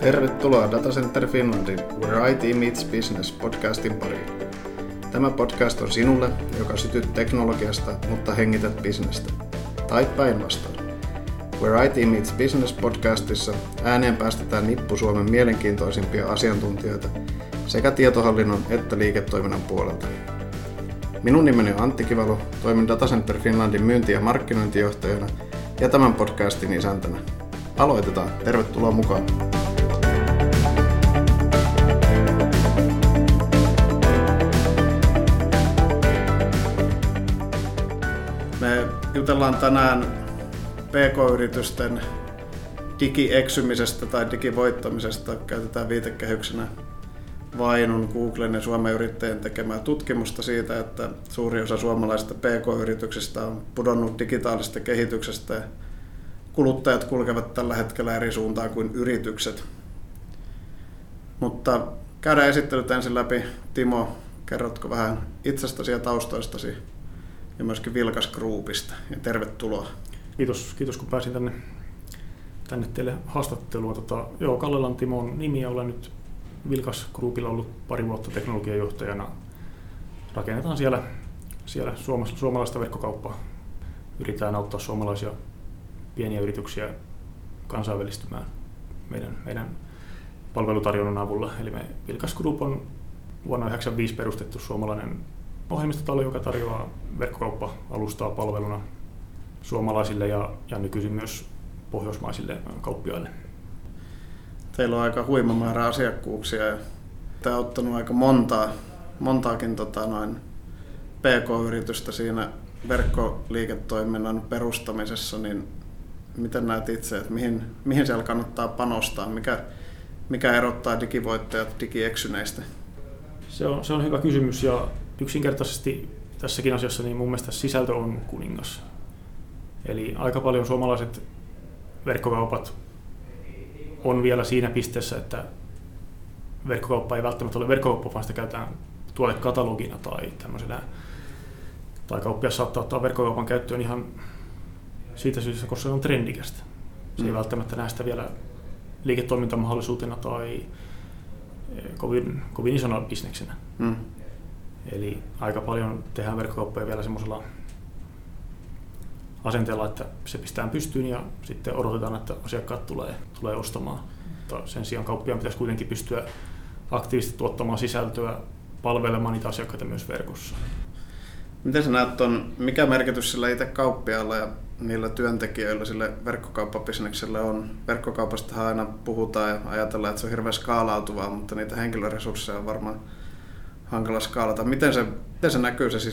Tervetuloa Data Center Finlandin Where IT Meets Business podcastin pariin. Tämä podcast on sinulle, joka sytyt teknologiasta, mutta hengität bisnestä. Tai päinvastoin. Where IT Meets Business podcastissa ääneen päästetään nippu Suomen mielenkiintoisimpia asiantuntijoita sekä tietohallinnon että liiketoiminnan puolelta. Minun nimeni on Antti Kivalo, toimin Data Center Finlandin myynti- ja markkinointijohtajana ja tämän podcastin isäntänä. Aloitetaan. Tervetuloa mukaan. Me jutellaan tänään PK-yritysten digieksymisestä tai digivoittamisesta. Käytetään viitekehyksenä Vainun, Googlen ja Suomen yrittäjien tekemää tutkimusta siitä, että suuri osa suomalaisista PK-yrityksistä on pudonnut digitaalisesta kehityksestä ja kuluttajat kulkevat tällä hetkellä eri suuntaan kuin yritykset. Mutta käydään esittelyt ensin läpi. Timo, kerrotko vähän itsestäsi ja taustoistasi ja myöskin Vilkas Groupista, ja tervetuloa. Kiitos kun pääsin tänne teille haastatteluun. Kallelan Timo on nimi ja olen nyt Vilkas Groupilla ollut pari vuotta teknologiajohtajana. Rakennetaan siellä suomalaista verkkokauppaa. Yritetään auttaa suomalaisia pieniä yrityksiä kansainvälistymään meidän palvelutarjonnan avulla. Eli Vilkas Group on vuonna 1995 perustettu suomalainen ohjelmistotalo, joka tarjoaa verkkokauppa-alustaa palveluna suomalaisille ja nykyisin myös pohjoismaisille kauppiaille. Teillä on aika huima määrä asiakkuuksia ja te olette ottanut aika montaakin PK-yritystä siinä verkkoliiketoiminnan perustamisessa, niin miten näet itse, että mihin siellä kannattaa panostaa? Mikä erottaa digivoittajat digieksyneistä? Se on hyvä kysymys ja yksinkertaisesti tässäkin asiassa niin mun mielestä sisältö on kuningas. Eli aika paljon suomalaiset verkkokaupat on vielä siinä pisteessä, että verkkokauppa ei välttämättä ole verkkokauppa, vaan sitä käytetään tuotekatalogina tai tämmöisenä. Tai kauppias saattaa ottaa verkkokaupan käyttöön ihan siitä syystä, koska se on trendikästä. Se ei välttämättä näe sitä vielä liiketoimintamahdollisuutena tai kovin isona bisneksenä. Eli aika paljon tehdään verkkokauppoja vielä semmoisella asenteella, että se pistetään pystyyn ja sitten odotetaan, että asiakkaat tulee ostamaan. Mutta sen sijaan kauppiaan pitäisi kuitenkin pystyä aktiivisesti tuottamaan sisältöä, palvelemaan niitä asiakkaita myös verkossa. Miten sä näet mikä merkitys sillä itse kauppiaalla ja niillä työntekijöillä sille verkkokauppabisnekselle on? Verkkokaupastahan aina puhutaan ja ajatellaan, että se on hirveän skaalautuvaa, mutta niitä henkilöresursseja on varmaan hankala skaalata. Miten se näkyy se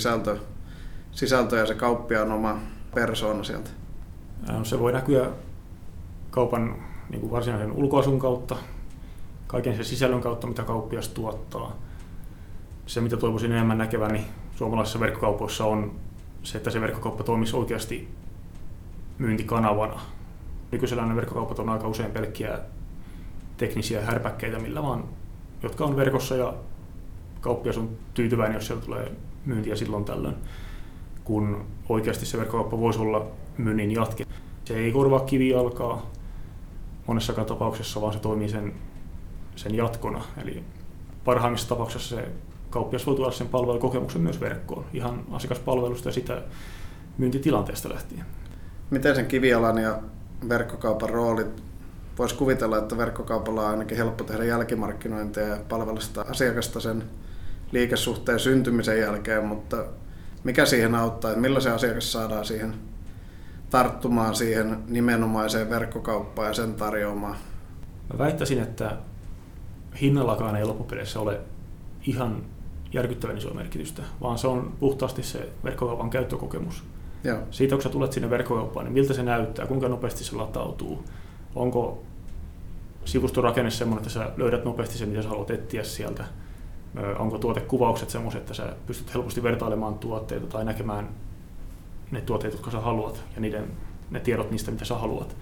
sisältö ja se kauppiaan oma persoona sieltä? Se voi näkyä kaupan niin kuin varsinaisen ulkoasun kautta, kaiken sen sisällön kautta, mitä kauppias tuottaa. Se, mitä toivoisin enemmän näkeväni suomalaisissa verkkokaupoissa on se, että se verkkokauppa toimisi oikeasti myyntikanavana. Nykyisellään ne verkkokaupat on aika usein pelkkiä teknisiä härpäkkeitä, jotka on verkossa ja kauppias on tyytyväinen, jos sieltä tulee myyntiä silloin tällöin, kun oikeasti se verkkokauppa voisi olla myynnin jatke. Se ei korvaa kivijalkaa monessakaan tapauksessa, vaan se toimii sen jatkona. Eli parhaimmissa tapauksissa se kauppias voi tuoda sen palvelukokemuksen myös verkkoon, ihan asiakaspalvelusta ja sitä myyntitilanteesta lähtien. Miten sen kivijalan ja verkkokaupan roolit? Voisi kuvitella, että verkkokaupalla on ainakin helppo tehdä jälkimarkkinointia ja palvella sitä asiakasta sen liikesuhteen syntymisen jälkeen, mutta mikä siihen auttaa, että millä se asiakas saadaan siihen tarttumaan siihen nimenomaiseen verkkokauppaan ja sen tarjoamaan? Mä väittäisin, että hinnallakaan ei loppupeleissä ole ihan järkyttävän isoa merkitystä, vaan se on puhtaasti se verkkokaupan käyttökokemus. Joo. Siitä, kun sä tulet sinne verkkokauppaan, niin miltä se näyttää, kuinka nopeasti se latautuu, onko sivustorakenne semmoinen, että sä löydät nopeasti sen, mitä sä haluat etsiä sieltä, onko tuotekuvaukset semmoiset, että sä pystyt helposti vertailemaan tuotteita tai näkemään ne tuotteet, jotka sä haluat ja ne tiedot niistä, mitä sä haluat.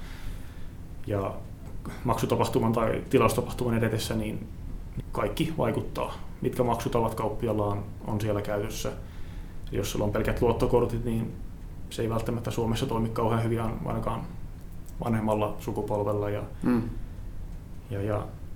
Ja maksutapahtuman tai tilaustapahtuman edetessä niin kaikki vaikuttaa. Mitkä maksutavat kauppialla on siellä käytössä. Jos sulla on pelkät luottokortit, niin se ei välttämättä Suomessa toimi kauhean hyvin ainakaan vanhemmalla sukupolvella. Ja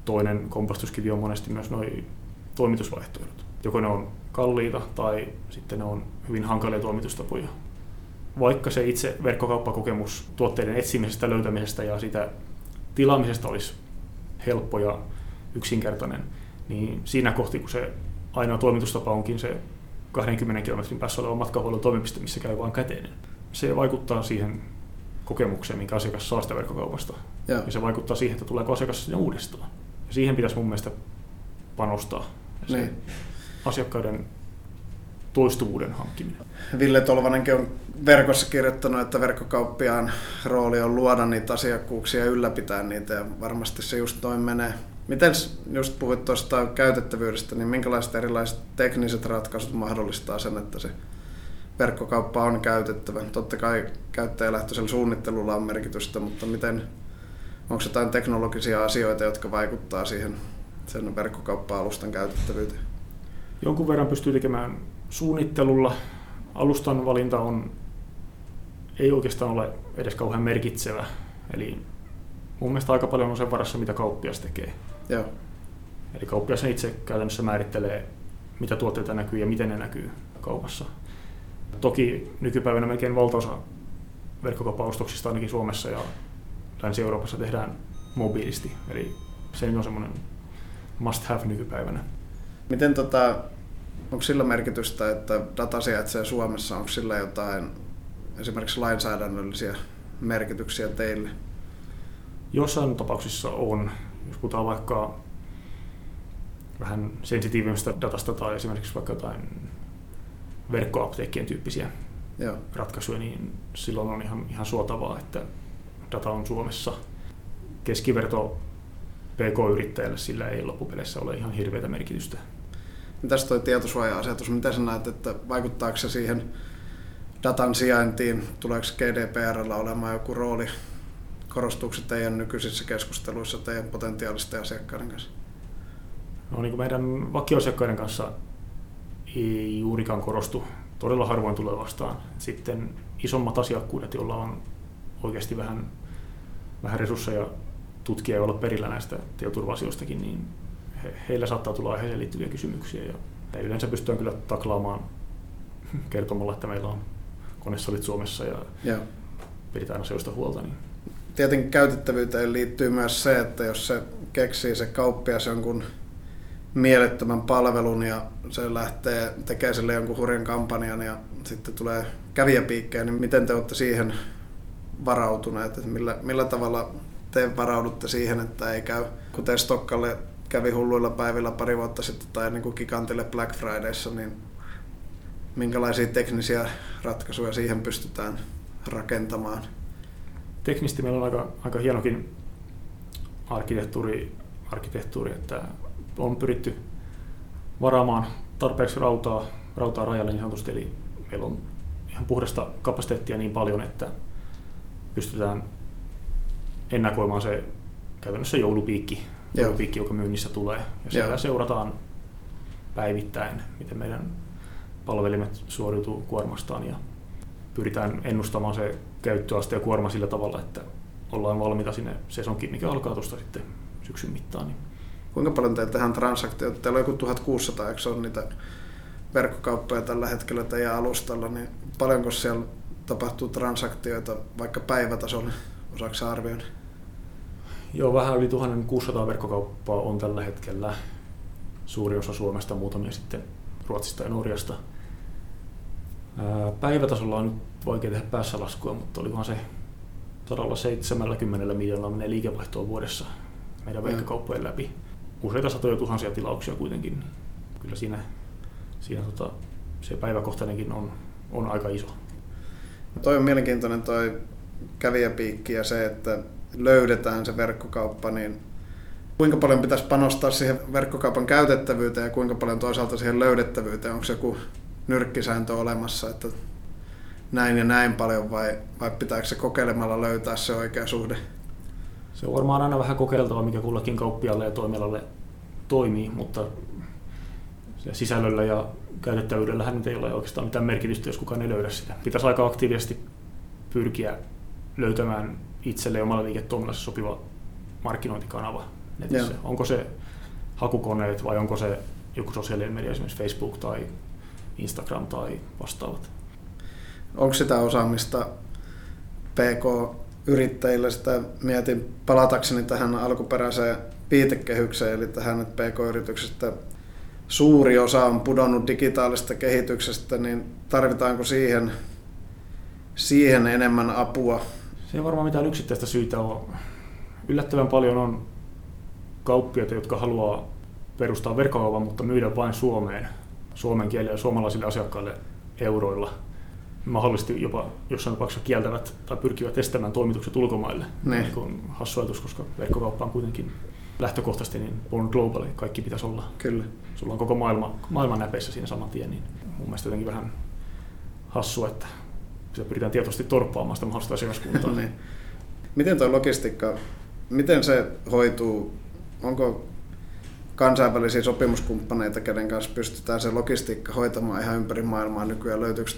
toinen kompastuskivi on monesti myös nuo toimitusvaihtoehdot. Joko ne on kalliita tai sitten ne on hyvin hankalia toimitustapoja. Vaikka se itse verkkokauppakokemus tuotteiden etsimisestä, löytämisestä ja sitä tilaamisesta olisi helppo ja yksinkertainen, niin siinä kohti, kun se ainoa toimitustapa onkin se 20 kilometrin päässä oleva matkahuollon toimipiste, missä käy vain käteinen. Se vaikuttaa siihen kokemukseen, minkä asiakas saa sitä verkkokaupasta. Ja se vaikuttaa siihen, että tuleeko asiakas sinne uudestaan. Ja siihen pitäisi mun mielestä panostaa. Niin. Asiakkaiden toistuvuuden hankkiminen. Ville Tolvanenkin on verkossa kirjoittanut, että verkkokauppiaan rooli on luoda niitä asiakkuuksia ja ylläpitää niitä, ja varmasti se just noin menee. Miten just puhuit tuosta käytettävyydestä, niin minkälaiset erilaiset tekniset ratkaisut mahdollistaa sen, että se verkkokauppa on käytettävä? Totta kai käyttäjälähtöisellä suunnittelulla on merkitystä, mutta onko jotain teknologisia asioita, jotka vaikuttaa siihen sen verkkokauppa-alustan käytettävyyteen? Jonkun verran pystyy tekemään suunnittelulla. Alustan valinta ei oikeastaan ole edes kauhean merkitsevä. Eli mun mielestä aika paljon on sen varassa, mitä kauppias tekee. Joo. Eli kauppias itse käytännössä määrittelee, mitä tuotteita näkyy ja miten ne näkyy kaupassa. Toki nykypäivänä melkein valtaosa verkkokauppa-ostoksista ainakin Suomessa ja Länsi-Euroopassa tehdään mobiilisti. Eli se on semmoinen must have nykypäivänä. Miten onko sillä merkitystä, että data sijaitsee Suomessa? Onko sillä jotain esimerkiksi lainsäädännöllisiä merkityksiä teille? Jossain tapauksissa on. Jos puhutaan vaikka vähän sensitiivimmistä datasta tai esimerkiksi vaikka jotain verkkoapteekkien tyyppisiä ratkaisuja, niin silloin on ihan suotavaa, että data on Suomessa. Keskiverto PK-yrittäjälle sillä ei loppupeleissä ole ihan hirveätä merkitystä. Mitäs tuo tietosuoja-asetus, mitä sä näet, että vaikuttaako se siihen datan sijaintiin? Tuleeko GDPR:llä olemaan joku rooli? Korostuuko se teidän nykyisissä keskusteluissa teidän potentiaalisten asiakkaiden kanssa? No niin kuin meidän vakioasiakkaiden kanssa ei juurikaan korostu. Todella harvoin tulee vastaan. Sitten isommat asiakkuudet, joilla on oikeasti vähän resursseja tutkia ja olla perillä näistä tietoturva-asioistakin, niin heillä saattaa tulla aiheeseen liittyviä kysymyksiä. Ja yleensä pystytään kyllä taklaamaan kertomalla, että meillä on konesalit Suomessa ja pidetään asioista huolta. Niin. Tietenkin käytettävyyteen liittyy myös se, että jos se keksii se kauppias jonkun mielettömän palvelun ja se lähtee tekemään sille jonkun hurjan kampanjan ja sitten tulee kävijäpiikkejä, niin miten te olette siihen varautuneet? Että millä tavalla te varaudutte siihen, että ei käy, kuten Stokkalle kävi hulluilla päivillä pari vuotta sitten tai niin kuin Gigantille Black Fridayssa, niin minkälaisia teknisiä ratkaisuja siihen pystytään rakentamaan? Teknisesti meillä on aika hienokin arkkitehtuuri, että on pyritty varaamaan tarpeeksi rautaa rajalle niin sanotusti, eli meillä on ihan puhdasta kapasiteettia niin paljon, että pystytään ennakoimaan se käytännössä joulupiikki, joka myynnissä tulee. Ja siellä seurataan päivittäin, miten meidän palvelimet suoriutuu kuormastaan ja pyritään ennustamaan se käyttöaste ja kuorma sillä tavalla, että ollaan valmiita sinne sesonkiin, mikä alkaa tuosta sitten syksyn mittaan. Niin. Kuinka paljon teillä tehdään transaktioita? Teillä on joku 1600, eikö se ole niitä verkkokauppoja tällä hetkellä teidän alustalla, niin paljonko siellä tapahtuu transaktioita vaikka päivätasolla? Osaatko sä arvioida? Joo, vähän yli 1600 verkkokauppaa on tällä hetkellä. Suuri osa Suomesta, muutamia sitten Ruotsista ja Norjasta. Päivätasolla on nyt vaikea tehdä päässä laskua, mutta olikohan se 170 miljoonaa menee liikevaihtoa vuodessa meidän verkkokauppojen läpi. Useita satoja tuhansia tilauksia kuitenkin. Kyllä siinä se päiväkohtainenkin on aika iso. Toi on mielenkiintoinen toi kävijäpiikki ja se, että löydetään se verkkokauppa, niin kuinka paljon pitäisi panostaa siihen verkkokaupan käytettävyyteen ja kuinka paljon toisaalta siihen löydettävyyteen? Onko joku nyrkkisääntö olemassa, että näin ja näin paljon vai pitääkö se kokeilemalla löytää se oikea suhde? Se on varmaan aina vähän kokeiltava, mikä kullakin kauppialle ja toimialalle toimii, mutta sisällöllä ja käytettävyydellähän nyt ei ole oikeastaan mitään merkitystä, jos kukaan ei löydä sitä. Pitäisi aika aktiivisesti pyrkiä löytämään itselle omalle liiketoiminnalle sopiva markkinointikanava. netissä. Joo. Onko se hakukoneet vai onko se joku sosiaalinen media, esimerkiksi Facebook tai Instagram tai vastaavat? Onko sitä osaamista PK-yrittäjille? Sitä mietin palatakseni tähän alkuperäiseen viitekehykseen, eli tähän, että PK-yrityksestä suuri osa on pudonnut digitaalisesta kehityksestä, niin tarvitaanko siihen enemmän apua? Se ei varmaan mitään yksittäistä syytä ole. Yllättävän paljon on kauppiaita, jotka haluaa perustaa verkkokaupan, mutta myydä vain suomen kielellä ja suomalaisille asiakkaille euroilla. Mahdollisesti jopa jossain tapauksessa kieltävät tai pyrkivät estämään toimitukset ulkomaille. Niin kuin hassu ajatus, koska verkkokauppa on kuitenkin lähtökohtaisesti niin born global, kaikki pitäisi olla. Kyllä. Sulla on koko maailman näpeissä siinä saman tien, niin mun mielestä jotenkin vähän hassua, että sitä pyritään tietoisesti torppaamaan sitä mahdollista asiakaskuntaa. Niin. Miten tuo logistiikka, miten se hoituu? Onko kansainvälisiä sopimuskumppaneita, kenen kanssa pystytään se logistiikka hoitamaan ihan ympäri maailmaa nykyään?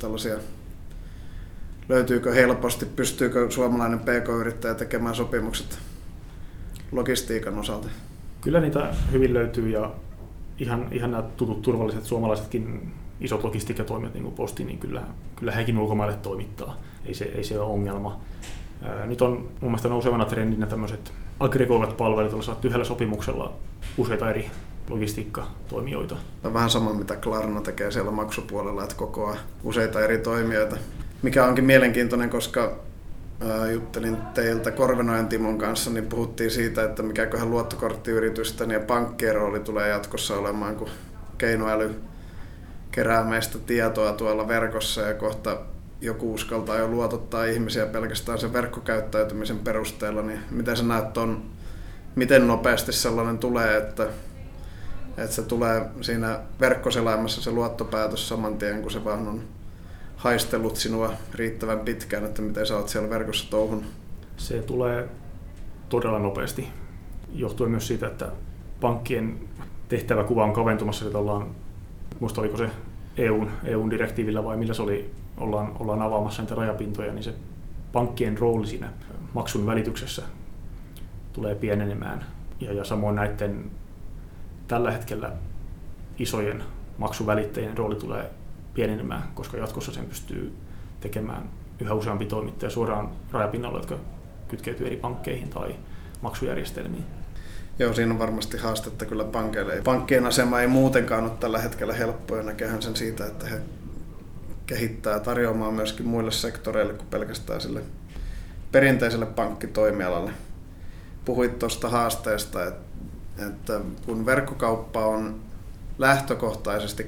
Löytyykö helposti, pystyykö suomalainen PK-yrittäjä tekemään sopimukset logistiikan osalta? Kyllä niitä hyvin löytyy ja ihan nämä tutut turvalliset suomalaisetkin isot logistiikkatoimijat niin kuin Posti, niin kyllä hekin ulkomaille toimittaa. Ei se ole ongelma. Nyt on mun mielestä nousevana trendinä tämmöiset aggregoivat palvelut, joilla saat yhdellä sopimuksella useita eri logistiikkatoimijoita. On vähän sama, mitä Klarna tekee siellä maksupuolella, että kokoaa useita eri toimijoita. Mikä onkin mielenkiintoinen, koska juttelin teiltä Korvenojan Timon kanssa, niin puhuttiin siitä, että mikäköhän luottokorttiyritysten ja pankkien rooli tulee jatkossa olemaan, kun keinoäly kerää meistä tietoa tuolla verkossa ja kohta joku uskaltaa jo luotottaa ihmisiä pelkästään sen verkkokäyttäytymisen perusteella, niin miten sä näet miten nopeasti sellainen tulee, että se tulee siinä verkkoselaimassa se luottopäätös saman tien, kun se vaan on haistellut sinua riittävän pitkään, että miten sä oot siellä verkossa touhun? Se tulee todella nopeasti, johtuen myös siitä, että pankkien tehtäväkuva on kaventumassa, että muista oliko se EUn direktiivillä vai millä se oli, ollaan avaamassa niitä rajapintoja, niin se pankkien rooli siinä maksun välityksessä tulee pienenemään. Ja samoin näiden tällä hetkellä isojen maksuvälittäjien rooli tulee pienenemään, koska jatkossa sen pystyy tekemään yhä useampi toimittaja suoraan rajapinnalla, jotka kytkeytyy eri pankkeihin tai maksujärjestelmiin. Joo, siinä on varmasti haastetta kyllä pankeille. Pankkien asema ei muutenkaan ole tällä hetkellä helppoa, ja näkehän sen siitä, että he kehittää tarjoamaan myöskin muille sektoreille kuin pelkästään sille perinteiselle pankkitoimialalle. Puhuit tuosta haasteesta, että kun verkkokauppa on lähtökohtaisesti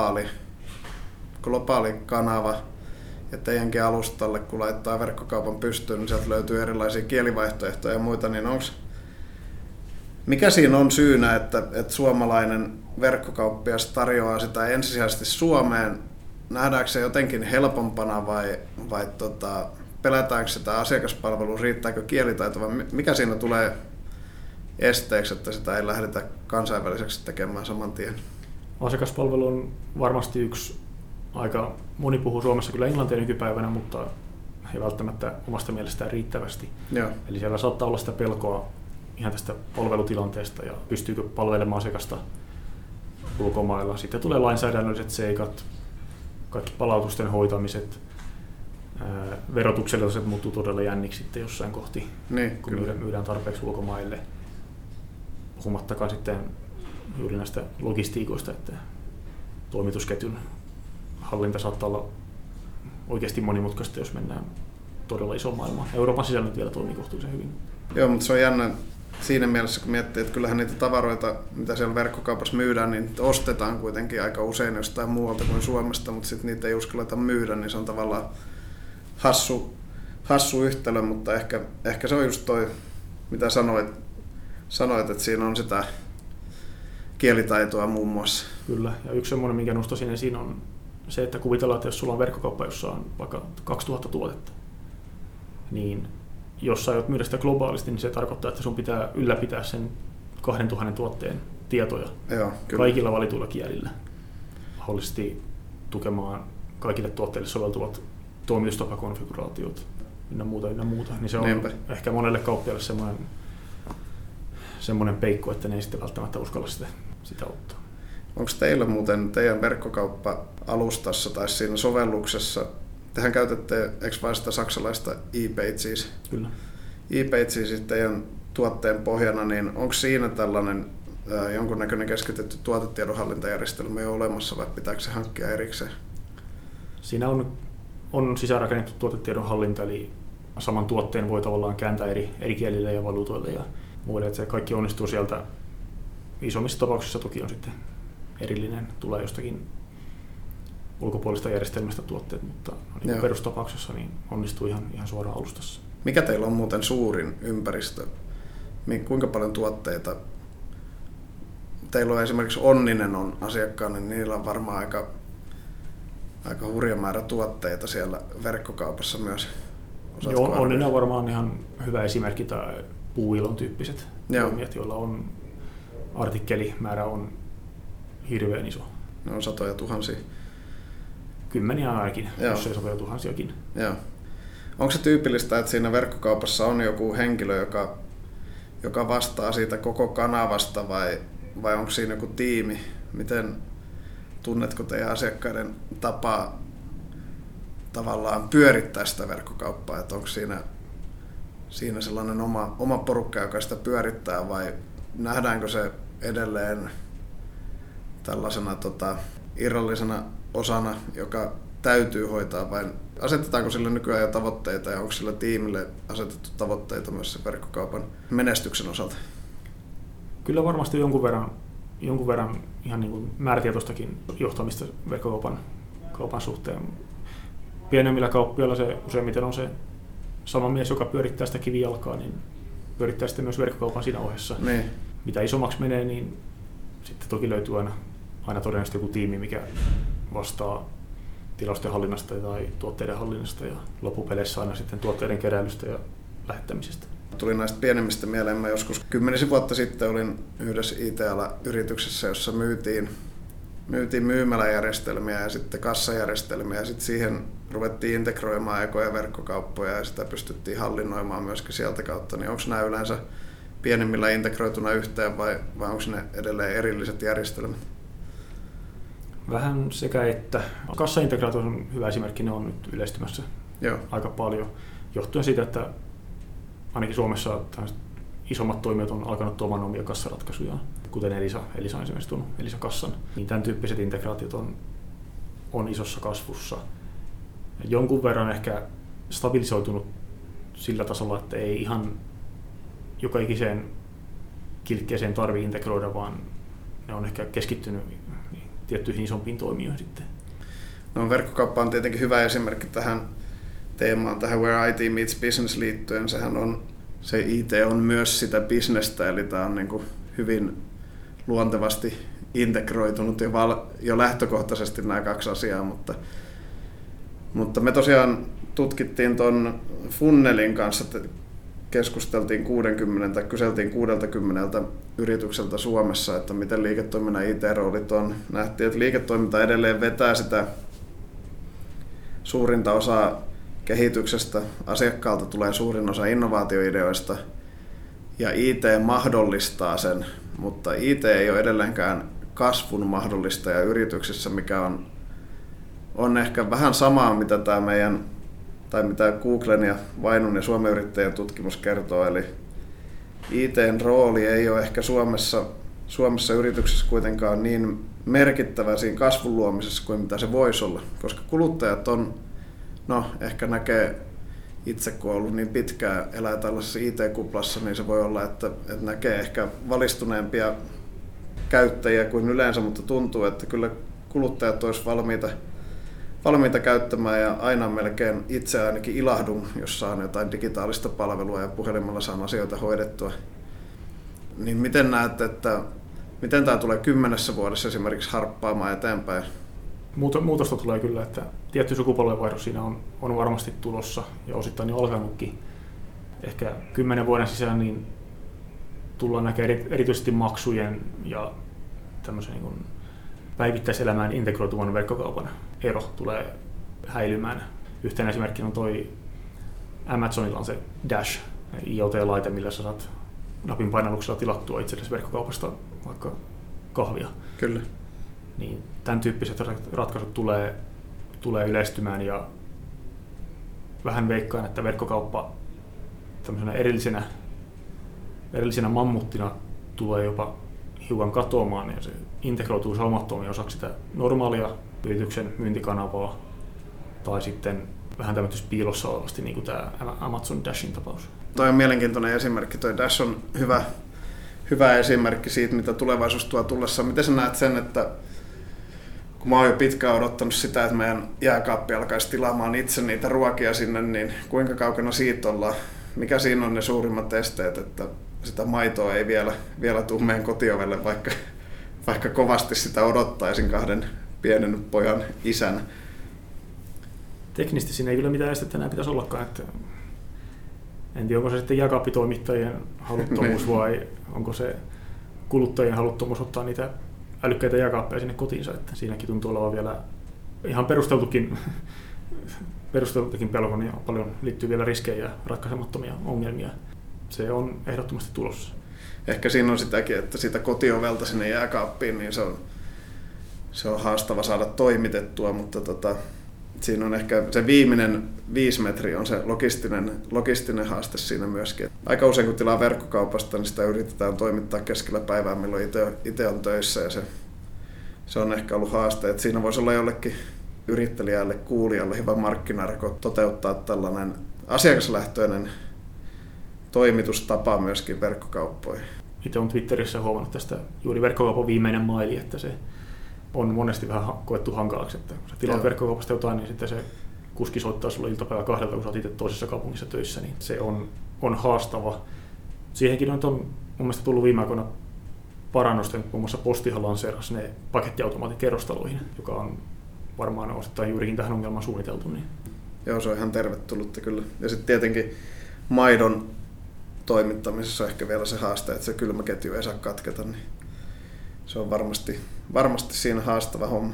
globaali kanava, ja teidänkin alustalle, kun laittaa verkkokaupan pystyyn, niin sieltä löytyy erilaisia kielivaihtoehtoja ja muita, niin mikä siinä on syynä, että suomalainen verkkokauppias tarjoaa sitä ensisijaisesti Suomeen? Nähdäänkö se jotenkin helpompana vai pelätäänkö sitä asiakaspalvelua, riittääkö kielitaito vai mikä siinä tulee esteeksi, että sitä ei lähdetä kansainväliseksi tekemään saman tien? Asiakaspalvelu on varmasti yksi. Aika moni puhuu Suomessa kyllä englantia nykypäivänä, mutta ei välttämättä omasta mielestään riittävästi. Joo. Eli siellä saattaa olla sitä pelkoa ihan tästä palvelutilanteesta ja pystyykö palvelemaan asiakasta ulkomailla. Sitten tulee lainsäädännölliset seikat, kaikki palautusten hoitamiset, verotukselliset muuttuu todella jänniksi sitten jossain kohti, niin, kun myydään tarpeeksi ulkomaille. Puhumattakaan sitten juuri näistä logistiikoista, että toimitusketjun hallinta saattaa olla oikeasti monimutkaista, jos mennään todella isoon maailmaan. Euroopan sisällä nyt vielä toimii kohtuullisen hyvin. Joo, mutta se on jännä siinä mielessä, kun miettii, että kyllähän niitä tavaroita, mitä siellä verkkokaupassa myydään, niin ostetaan kuitenkin aika usein jostain muualta kuin Suomesta, mutta sitten niitä ei uskalleta myydä, niin se on tavallaan hassu yhtälö, mutta ehkä se on just toi, mitä sanoit, että siinä on sitä kielitaitoa muun muassa. Kyllä, ja yksi semmoinen, minkä nostaisin esiin, on se, että kuvitellaan, että jos sulla on verkkokauppa, jossa on vaikka 2000 tuotetta, niin jos sä aiot myydä sitä globaalisti, niin se tarkoittaa, että sun pitää ylläpitää sen 2000 tuotteen tietoja. Joo, kaikilla valituilla kielillä. Mahdollisesti tukemaan kaikille tuotteille soveltuvat toimitustapakonfiguraatiot ynnä muuta. Niin se on ehkä monelle kauppiaille semmoinen semmoinen peikko, että ne ei sitten välttämättä uskalla sitä ottaa. Onko teillä muuten teidän verkkokauppa-alustassa tai siinä sovelluksessa, tehän käytätte, eikö vain sitä saksalaista ePages? Kyllä. ePages teidän tuotteen pohjana, niin onko siinä tällainen jonkunnäköinen keskitetty tuotetiedonhallintajärjestelmä jo olemassa vai pitääkö se hankkia erikseen? Siinä on sisäänrakennettu tuotetiedonhallinta, eli saman tuotteen voi tavallaan kääntää eri kielille ja valuutoille ja muille, että se kaikki onnistuu sieltä. Isommissa tapauksissa toki on sitten erillinen, tulee jostakin ulkopuolista järjestelmästä tuotteet, mutta niin perustapauksessa niin onnistuu ihan suoraan alustassa. Mikä teillä on muuten suurin ympäristö? Kuinka paljon tuotteita? Teillä on esimerkiksi Onninen on asiakkaana, niin niillä on varmaan aika hurja määrä tuotteita siellä verkkokaupassa myös. Joo, Onninen on varmaan ihan hyvä esimerkki, tai Puuilon tyyppiset toimijat, joilla on artikkelimäärä on hirveän iso. Ne on satoja tuhansia. Kymmeniä ainakin, jos ei satoja tuhansiakin. Joo. Onko se tyypillistä, että siinä verkkokaupassa on joku henkilö, joka vastaa siitä koko kanavasta vai onko siinä joku tiimi? Miten tunnetko teidän asiakkaiden tapaa tavallaan pyörittää sitä verkkokauppaa? Että onko siinä sellainen oma porukka, joka sitä pyörittää vai nähdäänkö se edelleen tällaisena irrallisena osana, joka täytyy hoitaa vai asetetaanko sille nykyään jo tavoitteita ja onko sillä tiimille asetettu tavoitteita myös sen verkkokaupan menestyksen osalta? Kyllä varmasti jonkun verran ihan niin kuin määrätietoistakin johtamista verkkokaupan suhteen. Pienemmillä kauppiailla se useimmiten on se sama mies, joka pyörittää sitä kivijalkaa, niin pyörittää sitten myös verkkokaupan siinä ohessa. Niin. Mitä isommaksi menee, niin sitten toki löytyy aina todennäköisesti joku tiimi, mikä vastaa tilausten hallinnasta tai tuotteiden hallinnasta ja loppupeleissä aina sitten tuotteiden keräilystä ja lähettämisestä. Tuli näistä pienemmistä mieleen. Mä joskus 10 vuotta sitten olin yhdessä IT-yrityksessä, jossa myytiin myymäläjärjestelmiä ja sitten kassajärjestelmiä ja sitten siihen ruvettiin integroimaan ekoja verkkokauppoja ja sitä pystyttiin hallinnoimaan myöskin sieltä kautta. Niin onko nämä yleensä pienemmillä integroituna yhteen vai onko ne edelleen erilliset järjestelmät? Vähän sekä että. Kassaintegraatio on hyvä esimerkki, ne on nyt yleistymässä aika paljon, johtuen siitä, että ainakin Suomessa isommat toimijat on alkanut tuomaan omia kassaratkaisuja, kuten Elisa on esimerkiksi tuonut Elisa-kassan. Niin tämän tyyppiset integraatiot on isossa kasvussa. Jonkun verran ehkä stabilisoitunut sillä tasolla, että ei ihan joka ikiseen kilkkeeseen tarvitse integroida, vaan ne on ehkä keskittynyt tiettyihin isompiin toimijoihin sitten. No, verkkokauppa on tietenkin hyvä esimerkki tähän teemaan, tähän Where IT Meets Business liittyen. Se IT on myös sitä bisnestä, eli tämä on niin kuin hyvin luontevasti integroitunut jo lähtökohtaisesti nämä kaksi asiaa, mutta me tosiaan tutkittiin tuon funnelin kanssa, keskusteltiin kyseltiin 60 yritykseltä Suomessa, että miten liiketoiminnan IT-roolit on. Nähtiin, että liiketoiminta edelleen vetää sitä suurinta osaa kehityksestä, asiakkaalta tulee suurin osa innovaatioideoista ja IT mahdollistaa sen, mutta IT ei ole edelleenkään kasvun mahdollistaja yrityksissä, mikä on ehkä vähän samaa, mitä tämä meidän tai mitä Googlen ja Vainun ja Suomen yrittäjien tutkimus kertoo, eli IT:n rooli ei ole ehkä Suomessa yrityksessä kuitenkaan niin merkittävä siinä kasvun luomisessa kuin mitä se voisi olla, koska kuluttajat ehkä näkee itse, kun on ollut niin pitkään elää tällaisessa IT-kuplassa, niin se voi olla, että näkee ehkä valistuneempia käyttäjiä kuin yleensä, mutta tuntuu, että kyllä kuluttajat olisivat valmiita käyttämään ja aina melkein itse ainakin ilahdun, jos saan jotain digitaalista palvelua ja puhelimella saan asioita hoidettua. Niin miten näet, että miten tämä tulee 10 vuodessa esimerkiksi harppaamaan eteenpäin? Muutosta tulee kyllä, että tietty sukupolvenvaihdos siinä on varmasti tulossa ja osittain jo alkanutkin. Ehkä 10 vuoden sisään niin tullaan näkemään erityisesti maksujen ja tämmöisen niin kuin päivittäiselämään integroituvan verkkokaupan ero tulee häilymään. Yhtenä esimerkkinä on toi Amazonilla on se Dash, IoT-laite, millä sä saat napin painalluksella tilattua itsellesi verkkokaupasta vaikka kahvia. Kyllä. Niin tämän tyyppiset ratkaisut tulee yleistymään ja vähän veikkaan, että verkkokauppa tämmöisenä erillisenä mammuttina tulee jopa hiukan katoamaan ja se integroituu saumattomien osaksi sitä normaalia yrityksen myyntikanavaa tai sitten vähän tämmöisessä piilossa olevasti, niin kuin tämä Amazon Dashin tapaus. Toi on mielenkiintoinen esimerkki. Toi Dash on hyvä esimerkki siitä, mitä tulevaisuus tuo tullessa. Miten sä näet sen, että kun mä oon jo pitkään odottanut sitä, että meidän jääkaappi alkaisi tilaamaan itse niitä ruokia sinne, niin kuinka kaukana siitä ollaan? Mikä siinä on ne suurimmat esteet, että sitä maitoa ei vielä tule meidän kotiovelle, vaikka kovasti sitä odottaisin kahden pienen pojan isän? Teknisesti siinä ei kyllä mitään estettä enää pitäisi ollakaan. Että en tiedä, onko se sitten jääkaappitoimittajien haluttomuus vai onko se kuluttajien haluttomuus ottaa niitä älykkäitä jääkaappeja sinne kotiinsa. Että siinäkin tuntuu olevan vielä ihan perusteltukin pelko, ja paljon liittyy vielä riskejä ja ratkaisemattomia ongelmia. Se on ehdottomasti tulossa. Ehkä siinä on sitäkin, että sitä kotiovelta sinne jääkaappiin, niin se on haastava saada toimitettua, mutta siinä on ehkä se viimeinen 5 metriä on se logistinen haaste siinä myöskin. Aika usein kun tilaa verkkokaupasta, niin sitä yritetään toimittaa keskellä päivää, milloin itse on töissä ja se on ehkä ollut haaste. Että siinä voisi olla jollekin yrittelijälle, kuulijalle hyvä markkinarko toteuttaa tällainen asiakaslähtöinen toimitustapa myöskin verkkokauppoihin. Itse olen Twitterissä huomannut tästä juuri verkkokaupan viimeinen maili, että se on monesti vähän koettu hankalaksi, että kun sä tilaat verkkokaupasta jotain, niin sitten se kuski soittaa sulle iltapäivä 2, kun sä oot itse toisessa kaupungissa töissä, niin se on haastava. Siihenkin on mun mielestä tullut viime aikoina parannusta, muun muassa Postihan lanseerasi ne pakettiautomaatit kerrostaloihin, joka on varmaan osittain juurikin tähän ongelmaan suunniteltu. Niin. Joo, se on ihan tervetullutta kyllä. Ja sitten tietenkin maidon toimittamisessa on ehkä vielä se haaste, että se kylmäketju ei saa katketa, niin se on varmasti siinä haastava homma.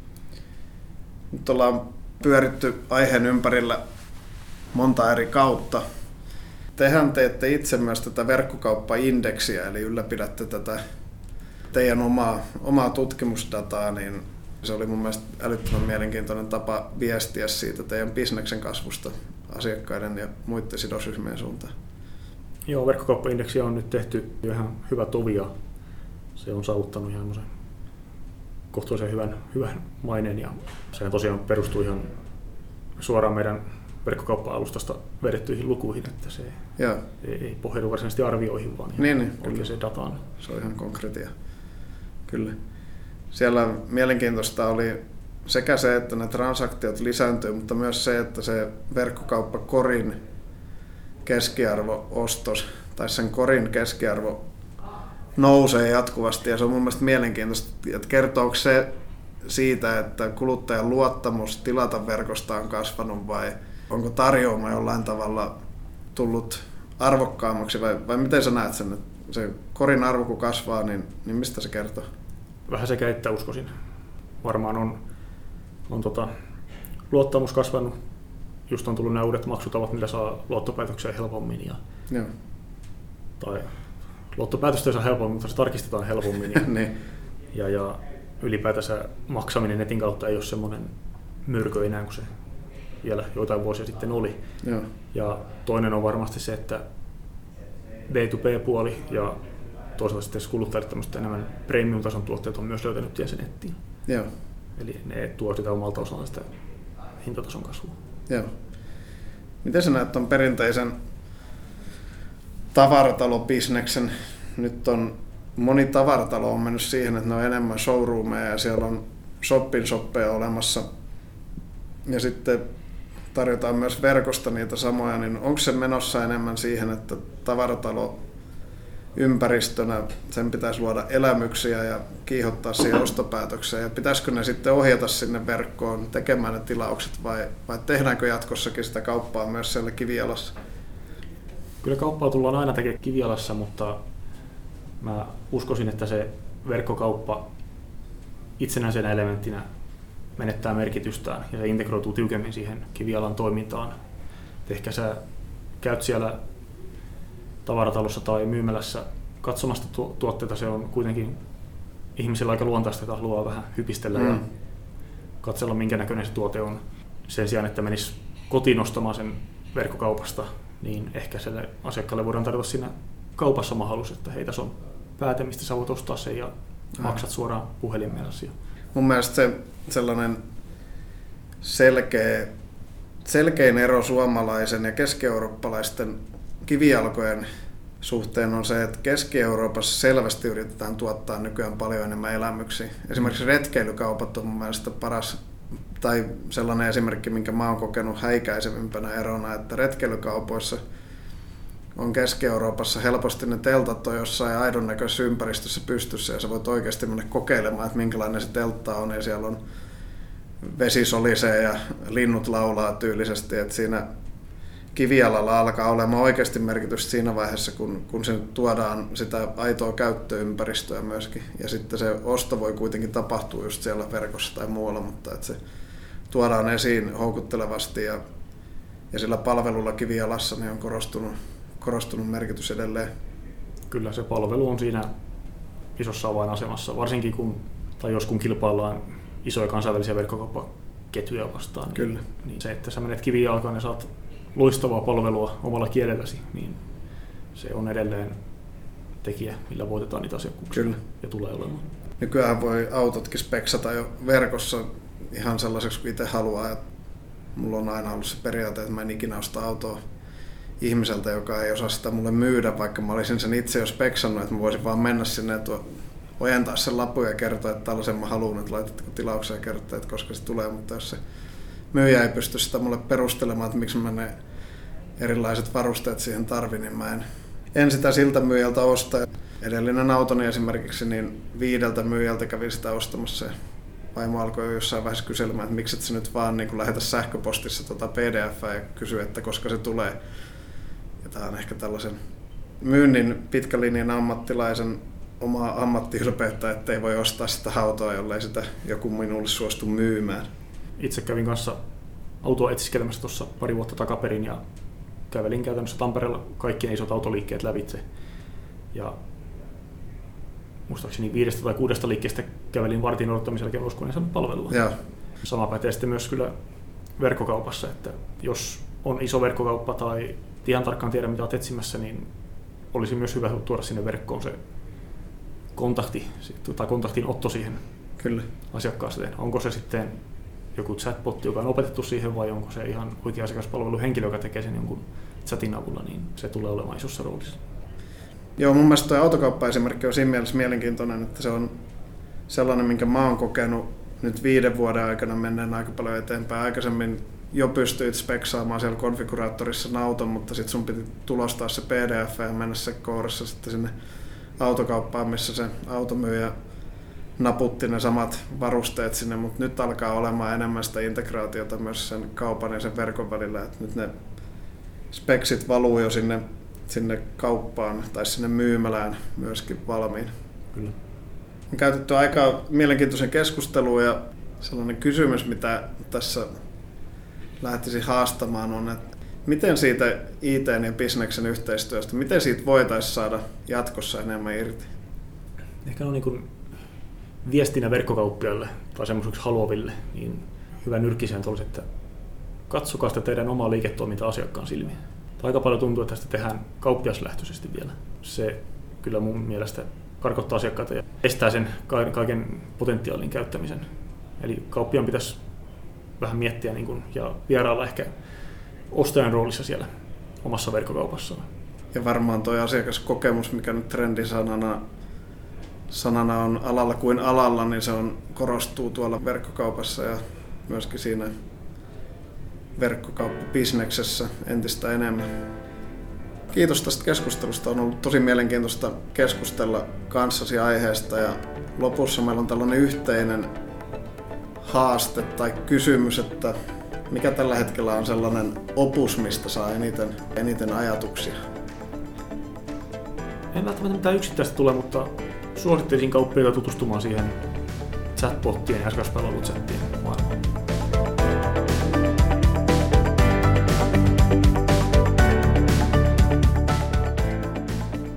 Nyt ollaan pyöritty aiheen ympärillä monta eri kautta. Tehän teette itse myös tätä verkkokauppaindeksiä, eli ylläpidätte tätä teidän omaa tutkimusdataa, niin se oli mun mielestä älyttömän mielenkiintoinen tapa viestiä siitä teidän bisneksen kasvusta asiakkaiden ja muiden sidosryhmien suuntaan. Joo, verkkokauppaindeksiä on nyt tehty ihan hyvä tovi ja se on saavuttanut ihan kohtuullisen hyvän maineen ja sehän tosiaan perustuu ihan suoraan meidän verkkokauppa-alustasta vedettyihin lukuihin, että se ei pohjaudu varsinaisesti arvioihin, vaan oikeaan dataan. Se on ihan konkreettia. Kyllä. Siellä mielenkiintoista oli sekä se, että ne transaktiot lisääntyy, mutta myös se, että se verkkokauppakorin keskiarvo-ostos tai sen korin keskiarvo nousee jatkuvasti ja se on mun mielestä mielenkiintoista, että kertooko se siitä, että kuluttajan luottamus tilata verkosta on kasvanut vai onko tarjoama jollain tavalla tullut arvokkaammaksi vai miten sä näet sen, että se korin arvo kun kasvaa, niin mistä se kertoo? Vähän sekä että uskoisin. Varmaan on luottamus kasvanut, just on tullut nämä uudet maksutavat, millä saa luottopäätöksiä helpommin. Tai luottopäätöstä ei saa helpommin, mutta se tarkistetaan helpommin. ja ylipäätänsä maksaminen netin kautta ei ole semmoinen myrkö enää kuin se vielä joitain vuosia sitten oli. Joo. Ja toinen on varmasti se, että B2B-puoli ja toisaalta sitten kuluttajille tämmöistä enemmän premium-tason tuotteet on myös löytänyt tiensä nettiin. Joo. Eli ne tuo sitä omalta osallaan sitä hintatason kasvua. Joo. Miten sä näet tuon perinteisen tavaratalobisneksen? Nyt on moni tavaratalo on mennyt siihen, että ne on enemmän showroomeja ja siellä on shoppeja olemassa. Ja sitten tarjotaan myös verkosta niitä samoja, niin onko se menossa enemmän siihen, että tavaratalo ympäristönä sen pitäisi luoda elämyksiä ja kiihottaa siihen ostopäätökseen ja pitäisikö ne sitten ohjata sinne verkkoon tekemään ne tilaukset vai tehdäänkö jatkossakin sitä kauppaa myös siellä kivijalassa? Kyllä kauppaa tullaan aina tekemään kivijalassa, mutta mä uskoisin, että se verkkokauppa itsenäisenä elementtinä menettää merkitystään ja se integroituu tiukemmin siihen kivijalan toimintaan. Et ehkä sä käyt siellä tavaratalossa tai myymälässä katsomasta tuotteita, se on kuitenkin ihmisillä aika luontaista, että haluaa vähän hypistellä ja katsella, minkä näköinen se tuote on. Sen sijaan, että menisi kotiin ostamaan sen verkkokaupasta, niin ehkä sille asiakkaalle voidaan tarjota siinä kaupassa mahdollisuus, että hei, tässä on pääte, mistä sä voit ostaa sen ja maksat suoraan puhelimellasi. Mun mielestä se sellainen selkein ero suomalaisen ja keski-eurooppalaisten kivijalkojen suhteen on se, että Keski-Euroopassa selvästi yritetään tuottaa nykyään paljon enemmän elämyksiä. Esimerkiksi retkeilykaupat on mun mielestä paras, tai sellainen esimerkki, minkä mä oon kokenut häikäisevimpänä erona, että retkeilykaupoissa on Keski-Euroopassa helposti ne teltat on jossain aidon näköisessä ympäristössä pystyssä ja sä voit oikeasti mennä kokeilemaan, että minkälainen se teltta on ja siellä on vesi solisee ja linnut laulaa tyylisesti, että siinä kivijalalla alkaa olemaan oikeasti merkitystä siinä vaiheessa, kun se tuodaan sitä aitoa käyttöympäristöä myöskin. Ja sitten se osto voi kuitenkin tapahtua just siellä verkossa tai muualla, mutta että se tuodaan esiin houkuttelevasti ja sillä palvelulla kivijalassa niin on korostunut merkitys edelleen. Kyllä se palvelu on siinä isossa avainasemassa, varsinkin kun kilpaillaan isoja kansainvälisiä verkkokauppaketjuja vastaan. Kyllä. Niin se, että sä menet kivijalkaan ja saat loistavaa palvelua omalla kielelläsi, niin se on edelleen tekijä, millä voitetaan niitä asiakkuuksia. Kyllä. Ja tulee olemaan. Nykyään voi autotkin speksata jo verkossa ihan sellaiseksi kuin itse haluaa. Ja mulla on aina ollut se periaate, että mä en ikinä osta autoa ihmiseltä, joka ei osaa sitä mulle myydä, vaikka mä olisin sen itse jo speksannut, että mä voisin vaan mennä sinne ja ojentaa sen lapun ja kertoa, että tällaisen mä haluan, että laitatteko tilaukseen ja kertoa, että koska se tulee, mutta jos se myyjä ei pysty sitä mulle perustelemaan, että miksi mä ne erilaiset varusteet siihen tarvin, niin mä en sitä siltä myyjältä osta. Edellinen autoni esimerkiksi, niin 5 myyjältä kävi sitä ostamassa. Vaimo alkoi jossain vaiheessa kyselemään, että miksi et sä nyt vaan niin lähetä sähköpostissa PDF:ää ja kysy, että koska se tulee. Ja tää on ehkä tällaisen myynnin pitkälinjan ammattilaisen oma ammattiylpeyttä, ettei voi ostaa sitä autoa, jollei sitä joku minulle suostu myymään. Itse kävin kanssa autoa etsiskelemässä tuossa pari vuotta takaperin ja kävelin käytännössä Tampereella kaikki ne isot autoliikkeet lävitse. Ja muistaakseni 5 tai 6 liikkeestä kävelin vartin odottamisen jälkeen ulos, kun en saanut palvelua. Ja. Sama pätee sitten myös kyllä verkkokaupassa, että jos on iso verkkokauppa tai ihan tarkkaan tiedä mitä olet etsimässä, niin olisi myös hyvä tuoda sinne verkkoon se kontakti tai kontaktin otto siihen Kyllä. asiakkaaseen. Onko se sitten joku chatbot, joka on opetettu siihen, vai onko se ihan oikea asiakaspalveluhenkilö, joka tekee sen jonkun chatin avulla, niin se tulee olemaan isossa roolissa. Joo, mun mielestä tuo autokauppa-esimerkki on siinä mielessä mielenkiintoinen, että se on sellainen, minkä mä oon kokenut nyt 5 vuoden aikana mennään aika paljon eteenpäin. Aikaisemmin jo pystyit speksaamaan siellä konfiguraattorissa sen auton, mutta sitten sun piti tulostaa se PDF ja mennä se koodassa sitten sinne autokauppaan, missä se automyyjä naputti ne samat varusteet sinne, mutta nyt alkaa olemaan enemmän sitä integraatiota myös sen kaupan ja sen verkon välillä, että nyt ne speksit valuu jo sinne kauppaan tai sinne myymälään myöskin valmiin. Kyllä. On käytetty aika mielenkiintoisen keskustelua ja sellainen kysymys, mitä tässä lähtisi haastamaan on, että miten siitä IT:n ja bisneksen yhteistyöstä, miten siitä voitaisiin saada jatkossa enemmän irti? Ehkä on niin kuin viestinä verkkokauppiaille tai semmoiseksi haluaville, niin hyvä nyrkkisääntö olisi, että katsokaa sitä teidän omaa liiketoimintaa asiakkaan silmiin. Aika paljon tuntuu, että tästä tehdään kauppiaslähtöisesti vielä. Se kyllä mun mielestä karkottaa asiakkaita ja estää sen kaiken potentiaalin käyttämisen. Eli kauppiaan pitäisi vähän miettiä ja vierailla ehkä ostajan roolissa siellä omassa verkkokaupassaan. Ja varmaan tuo asiakaskokemus, mikä nyt trendisanana on alalla kuin alalla, niin se korostuu tuolla verkkokaupassa ja myöskin siinä verkkokauppabisneksessä entistä enemmän. Kiitos tästä keskustelusta. On ollut tosi mielenkiintoista keskustella kanssasi aiheesta ja lopussa meillä on tällainen yhteinen haaste tai kysymys, että mikä tällä hetkellä on sellainen opus, mistä saa eniten ajatuksia? En välttämättä mitään yksittäistä tule, mutta suosittelisin kauppiaita tutustumaan siihen chatbottien ja asiakaspalveluchattien maailmaan.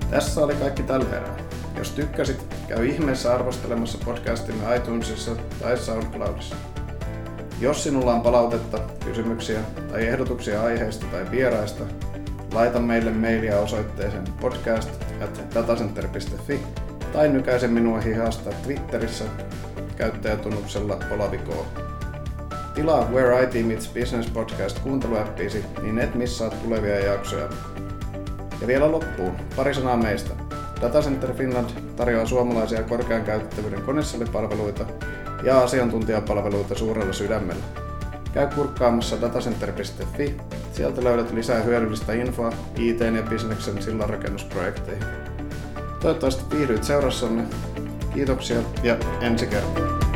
Tässä oli kaikki tällä erää. Jos tykkäsit, käy ihmeessä arvostelemassa podcastimme iTunesissa tai SoundCloudissa. Jos sinulla on palautetta, kysymyksiä tai ehdotuksia aiheista tai vieraista, laita meille mailia osoitteeseen podcast@datacenter.fi tai nykäise minua hihasta Twitterissä käyttäjätunnuksella Olavi.K. Tilaa Where IT Meets Business podcast kuunteluäppiisi, niin et missaa tulevia jaksoja. Ja vielä loppuun, pari sanaa meistä. Datacenter Finland tarjoaa suomalaisia korkean käytettävyyden konesalipalveluita ja asiantuntijapalveluita suurella sydämellä. Käy kurkkaamassa datacenter.fi, sieltä löydät lisää hyödyllistä infoa IT- ja bisneksen sillanrakennusprojekteihin. Toivottavasti viihdyit seurassamme. Kiitoksia ja ensi kertaa.